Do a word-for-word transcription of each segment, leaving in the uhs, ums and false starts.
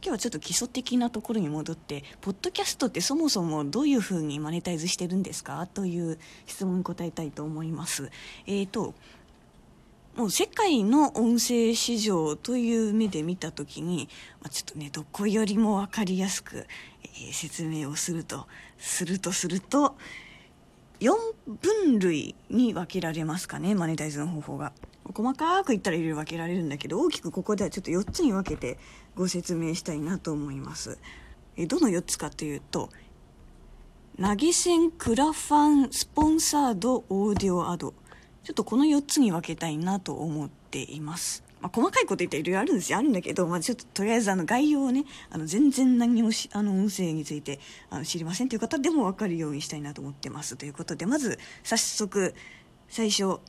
日はちょっと基礎的なところに戻って、ポッドキャストってそもそもどういうふうにマネタイズしてるんですかという質問に答えたいと思います。えーともう世界の音声市場という目で見たときに、まあ、ちょっとねどこよりも分かりやすく、えー、説明をするとするとするとよんぶん類に分けられますかね、マネタイズの方法が。細かく言ったらいろいろ分けられるんだけど、大きくここではちょっとよっつに分けてご説明したいなと思います。えどのよっつかというと、投げ銭、クラファン、スポンサード、オーディオアド、ちょっとこのよっつに分けたいなと思っています。まあ、細かいこと言ったらいろいろあるんですよあるんだけど、まあ、ちょっととりあえずあの概要をね、あの全然何もしあの音声についてあの知りませんという方でも分かるようにしたいなと思ってますということで、まず早速最初投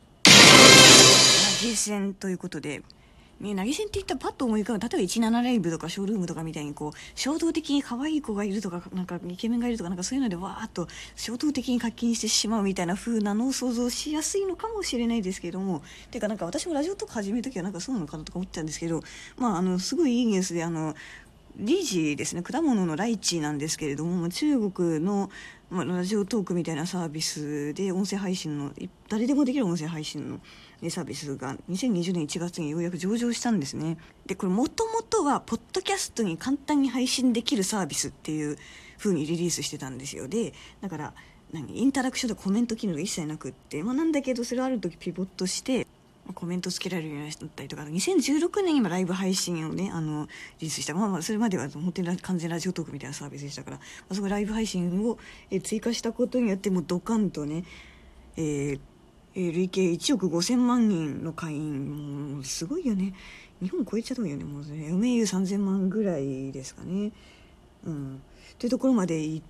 げ銭ということで、ね、投げ銭って言ったらパッと思い浮かぶ、例えばじゅうななライブとかショールームとかみたいにこう衝動的に可愛い子がいるとか、なんかイケメンがいるとか、なんかそういうのでわーっと衝動的に課金してしまうみたいな風なのを想像しやすいのかもしれないですけども、てかなんか私もラジオとか始めるときはなんかそうなのかなとか思ってたんですけど、まああのすごいいいニュースで、あのリジですね、果物のライチなんですけれども、中国の、まあ、ラジオトークみたいなサービスで音声配信の誰でもできる音声配信のサービスがにせんにじゅうねんいちがつにようやく上場したんですね。でこれもともとはポッドキャストに簡単に配信できるサービスっていう風にリリースしてたんですよ。でだから何インタラクションとかコメント機能が一切なくって、まあ、なんだけどそれある時ピボットしてコメントつけられるようになったりとか、にせんじゅうろくねんに今ライブ配信をねあのリリースした、まあ、まあそれまでは本当に完全ラジオトークみたいなサービスでしたから、まあ、そこライブ配信をえ追加したことによってもうドカンとね、えーえー、累計いちおくごせんまん人の会員、もうすごいよね、日本超えちゃったよね、もうね エムエーユーさんぜんまんぐらいですかね、うんというところまで行って、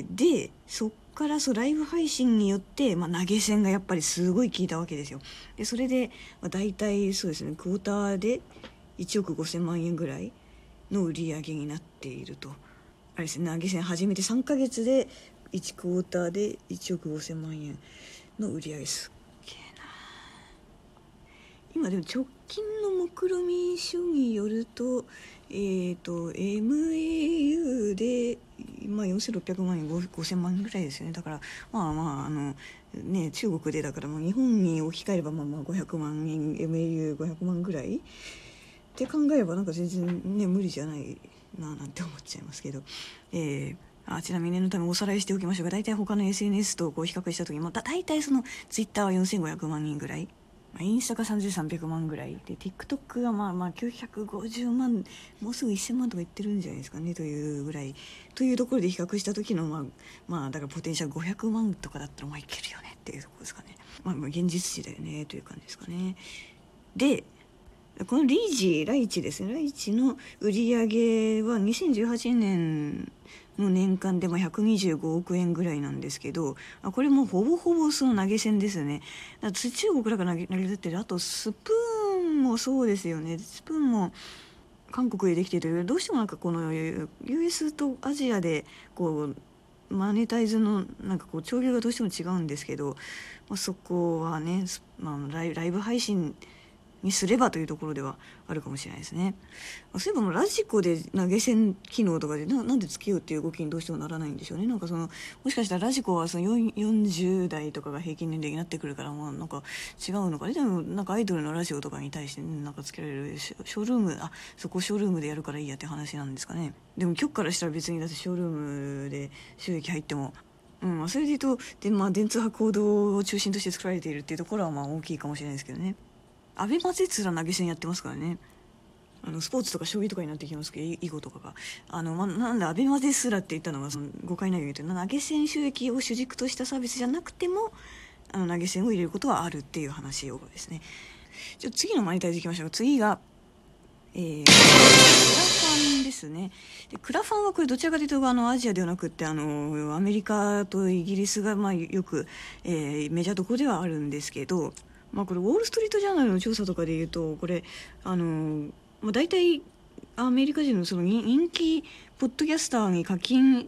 でそっからそうライブ配信によって、まあ、投げ銭がやっぱりすごい効いたわけですよ。でそれで、まあ、大体そうですねクォーターでいちおくごせんまん円ぐらいの売り上げになっていると。あれですね、投げ銭始めてさんかげつでいちクォーターでいちおくごせんまん円の売り上げ、すっげえな。今でも直近の目論見書によると、えーと エムエーユー で、まあ、よんせんろっぴゃくまん円ごせんまんぐらいですよね。だからまあまああのね中国でだからもう日本に置き換えればまあまあごひゃくまんえん エムエーユーごひゃくまんぐらいって考えればなんか全然ね無理じゃないななんて思っちゃいますけど、えーあちなみに念のためおさらいしておきましょうが、大体他の エスエヌエス とこう比較した時に、まあ、だ大体その Twitter はよんせんごひゃくまん人ぐらい、まあ、インスタがさんぜんさんびゃくまんぐらいで TikTok がまあまあきゅうひゃくごじゅうまん、もうすぐせんまんとかいってるんじゃないですかねというぐらいというところで比較した時のまあまあだからポテンシャルごひゃくまんとかだったらまあいけるよねっていうところですかね。まあ現実値だよねという感じですかね。でこのリージライチですね、ライチの売り上げはにせんじゅうはちねんの年間でひゃくにじゅうごおくえんぐらいなんですけど、これもほぼほぼその投げ銭ですね。だから中国だから投げ投げてる、あとスプーンもそうですよね。スプーンも韓国でできている、どうしてもなんかこの ユーエス とアジアでこうマネタイズのなんかこう潮流がどうしても違うんですけど、まあ、そこはね、まあ、ライライブ配信にすればというところではあるかもしれないですね。そういえばもうラジコで投げ銭機能とかで な, なんでつけようっていう動きにどうしてもならないんでしょうね。なんかそのもしかしたらラジコはそのよんじゅう代とかが平均年齢になってくるから、まあなんか違うのかね。でもなんかアイドルのラジオとかに対して、ね、なんかつけられるショールーム、あそこショールームでやるからいいやって話なんですかね。でも局からしたら別にだってショールームで収益入っても、うん、それで言うとで、まあ、電通博報堂を中心として作られているっていうところはまあ大きいかもしれないですけどね。アベマですら投げ銭やってますからね。あのスポーツとか将棋とかになってきますけど、囲碁とかがあの、ま、なんでアベマですらって言ったのがその誤解ないように言うと、投げ銭収益を主軸としたサービスじゃなくてもあの投げ銭を入れることはあるっていう話をですね。じゃあ次のマネタイズいきましょう。次が、えー、クラファンですね。でクラファンはこれどちらかというとあのアジアではなくってあのアメリカとイギリスがまあよく、えー、メジャーどころではあるんですけど、まあ、これウォール・ストリート・ジャーナルの調査とかでいうとこれあの、まあ、大体アメリカ人のその人気ポッドキャスターに課金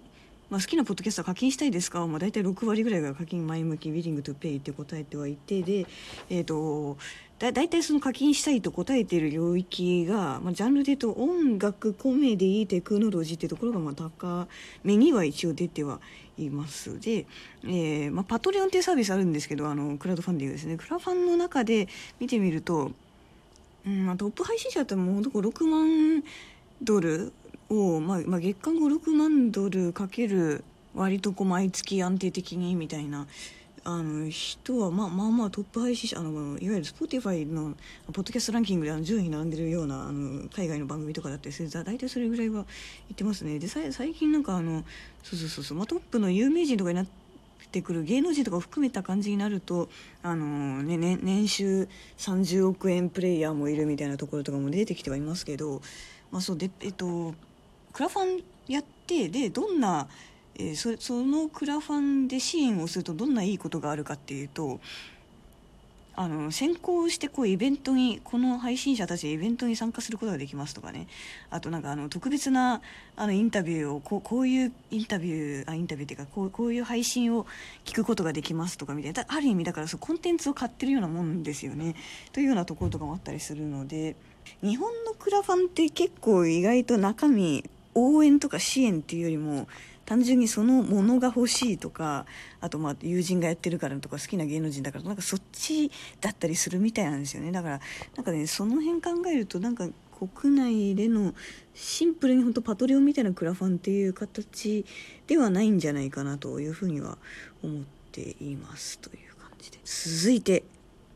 まあ、好きなポッドキャスター課金したいですか、まあ、大体ろくわりぐらいが課金前向き、ウィリングトゥペイって答えてはいて、で、えー、とだ大体その課金したいと答えている領域が、まあ、ジャンルで言うと音楽、コメディ、テクノロジーっていうところがまあ高めには一応出てはいますで、えーまあ、パトレオンっていうサービスあるんですけど、あのクラウドファンディングですね、クラファンの中で見てみると、うんまあ、トップ配信者ってもうどころくまんドルを、まあまあ、月間ごろくまんドルかける割とこう毎月安定的にみたいなあの人は、まあ、まあまあトップ配信者、あのいわゆる Spotify のポッドキャストランキングであの順位に並んでるようなあの海外の番組とかだったりすると大体それぐらいは言ってますね。でさ最近なんかあのそうそうそうそう、まあ、トップの有名人とかになってくる芸能人とかを含めた感じになるとあの、ねね、年収さんじゅうおくえんプレイヤーもいるみたいなところとかも出てきてはいますけど、まあそうでえっとクラファンやってでどんな、えー、そ, そのクラファンで支援をするとどんないいことがあるかっていうと、あの先行してこうイベントにこの配信者たちイベントに参加することができますとかね、あとなんかあの特別なあのインタビューをこう、こういうインタビューあインタビューっていうかこう、こういう配信を聞くことができますとかみたいな、ある意味だからそうコンテンツを買ってるようなもんですよねというようなところとかもあったりするので、日本のクラファンって結構意外と中身応援とか支援っていうよりも単純にそのものが欲しいとか、あとまあ友人がやってるからとか好きな芸能人だからなんかそっちだったりするみたいなんですよね。だからなんかねその辺考えるとなんか国内でのシンプルに本当パトレオンみたいなクラファンっていう形ではないんじゃないかなというふうには思っていますという感じで、続いて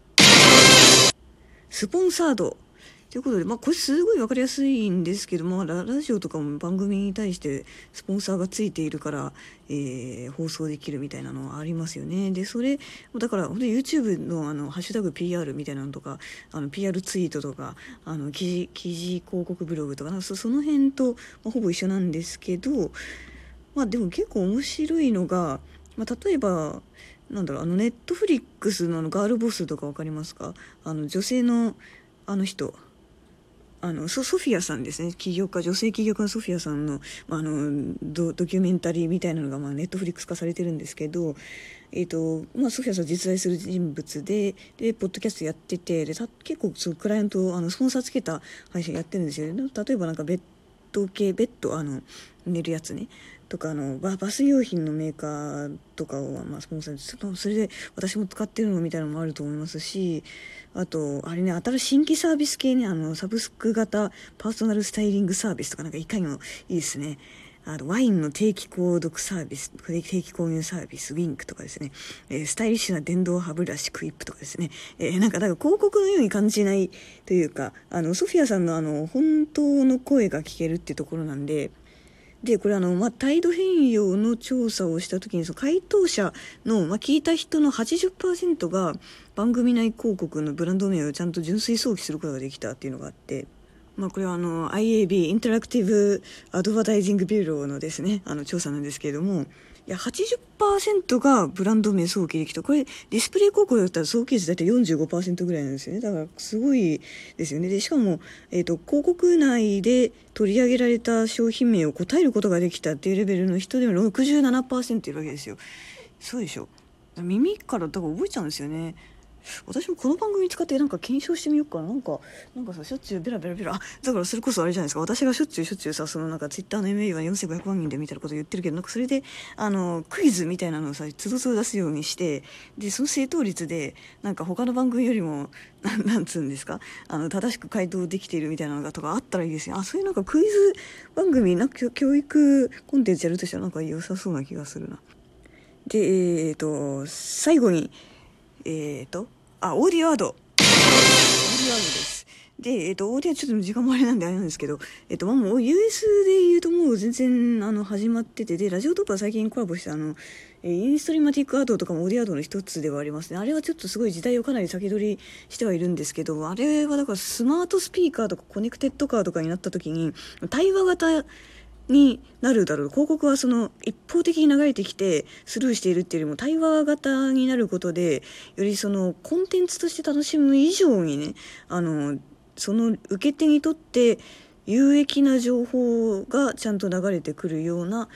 スポンサードということで、まあ、これすごい分かりやすいんですけど、まあ、ラ, ラジオとかも番組に対してスポンサーがついているから、えー、放送できるみたいなのはありますよね。でそれだから本当に YouTube の, あのハッシュタグ ピーアール みたいなのとかあの ピーアール ツイートとかあの記事記事広告ブログとかなんか そ, その辺と、まあ、ほぼ一緒なんですけど、まあ、でも結構面白いのが、まあ、例えばなんだろうあのネットフリックスのガールボスとか分かりますか？あの女性のあの人あの ソ, ソフィアさんですね、起業家女性起業家のソフィアさんの、まあ、あの ド, ドキュメンタリーみたいなのが、まあ、ネットフリックス化されてるんですけど、えーとまあ、ソフィアさん実在する人物ででポッドキャストやっててでた結構そうクライアントあのスポンサーつけた配信やってるんですよね。例えばなんかベッド系ベッドあの寝るやつねとかあの バ, バス用品のメーカーとかを、まあ、スポンサーでそれで私も使ってるのみたいなのもあると思いますし、あとあれね新しい新規サービス系ねあのサブスク型パーソナルスタイリングサービスとかなんかいかにもいいですね。あのワインの定期購読サービス定期購入サービスウィンクとかですね、えー、スタイリッシュな電動歯ブラシクイップとかですね、えー、なんかだから広告のように感じないというかあのソフィアさんのあの本当の声が聞けるっていうところなんででこれあの、まあ、態度変容の調査をしたときにその回答者の、まあ、聞いた人の はちじゅっパーセント が番組内広告のブランド名をちゃんと純粋想起することができたっていうのがあって、まあ、これはあの アイエービー インタラクティブアドバタイジングビューローのですねあの調査なんですけれども、いや はちじゅっパーセント がブランド名想起できた。これディスプレイ広告だったら想起率だいたい よんじゅうごパーセント ぐらいなんですよね。だからすごいですよね。でしかも、えーと、広告内で取り上げられた商品名を答えることができたっていうレベルの人でも ろくじゅうななパーセント いるわけですよ。そうでしょ。耳からだから覚えちゃうんですよね。私もこの番組使ってなんか検証してみようかな。なんかなんかさしょっちゅうベラベラベラだからそれこそあれじゃないですか、私がしょっちゅうしょっちゅうさそのなんかツイッターの エムエー はよんせんごひゃくまんにんでみたいなこと言ってるけど、なんかそれであのクイズみたいなのをさつどつど出すようにしてでその正答率でなんか他の番組よりもななんつうんですかあの正しく回答できているみたいなのがとかあったらいいですね。あそういうなんかクイズ番組なんか教育コンテンツやるとしたらなんか良さそうな気がするな。でえっ、ー、と最後にえっ、ー、とあ、オーディオアド。オーディオアドです。で、えっ、ー、と、オーディオちょっと時間もあれなんであれなんですけど、えっ、ー、と、まあ、もう ユーエス で言うともう全然、あの、始まってて、で、ラジオトークは最近コラボした、あの、えー、インストリマティックアドとかもオーディオアドの一つではありますね。あれはちょっとすごい時代をかなり先取りしてはいるんですけど、あれはだからスマートスピーカーとかコネクテッドカーとかになった時に、対話型になるだろう。広告はその一方的に流れてきてスルーしているっていうよりも対話型になることでよりそのコンテンツとして楽しむ以上にねあのその受け手にとって有益な情報がちゃんと流れてくるような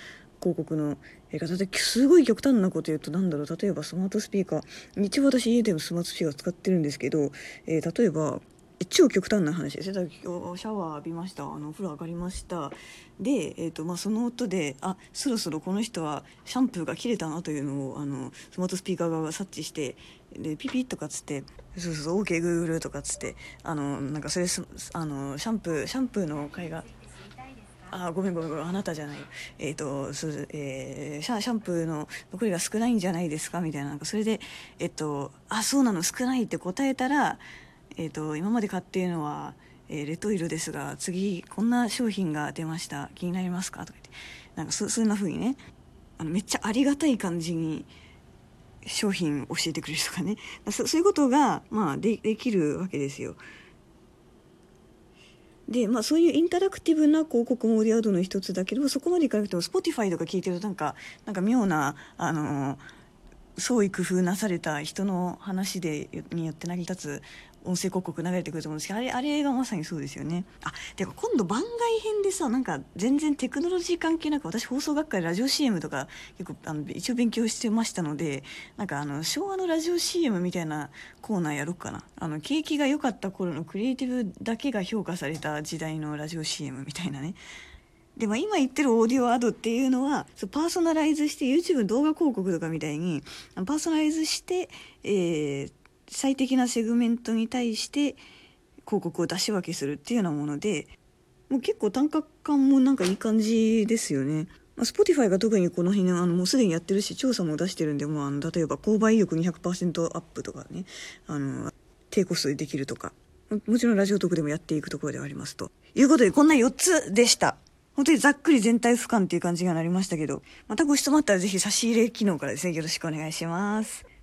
広告のやり方ですごい極端なこと言うと、なんだろう、例えばスマートスピーカー、一応私家でもスマートスピーカー使ってるんですけど、えー、例えば超極端な話ですよ。だから今日シャワー浴びました、あのお風呂上がりましたで、えーとまあ、その音で、あ、そろそろこの人はシャンプーが切れたなというのをあのスマートスピーカー側が察知して、でピピッとかっつって、そうそうそう OKGoogle とかっつって、あのなんかそれあのシャンプーシャンプーの会が、あ、ごめんごめんごめん、あなたじゃないよ。えっ、ー、と、そう、えー、シャ、シャンプーの残りが少ないんじゃないですかみたいな、なんかそれで、えっ、ー、と、あ、そうなの、少ないって答えたら、えっ、ー、と、今まで買っているのは、えー、レッドオイルですが、次、こんな商品が出ました。気になりますかとか言って、なんかそ、そんな風にね、あの、めっちゃありがたい感じに、商品教えてくれるとかね。そ、そういうことが、まあ、で、できるわけですよ。で、まあ、そういうインタラクティブな広告も売りアドの一つだけど、そこまでいかなくても Spotify とか聞いてるとなんかなんか妙なあの創意工夫なされた人の話でによって成り立つ音声広告流れてくると思うんですけど、あれあれがまさにそうですよね。あ、でも今度番外編でさ、なんか全然テクノロジー関係なく、私放送学会ラジオ シーエム とか結構あの一応勉強してましたので、なんかあの昭和のラジオ シーエム みたいなコーナーやろうかな。あの景気が良かった頃のクリエイティブだけが評価された時代のラジオ シーエム みたいなね。でも今言ってるオーディオアドっていうのは、そうパーソナライズして YouTube 動画広告とかみたいにパーソナライズして、えー、最適なセグメントに対して広告を出し分けするっていうようなもので、もう結構単価感もなんかいい感じですよね。まあ、Spotify が特にこの辺あのもうすでにやってるし調査も出してるんで、もうあの例えば購買意欲 にひゃくパーセント アップとかね、あの低コストでできるとか、もちろんラジオトークでもやっていくところではありますということで、こんなよっつでした。本当にざっくり全体俯瞰っていう感じがなりましたけど、またご質問あったらぜひ差し入れ機能からですね、よろしくお願いします。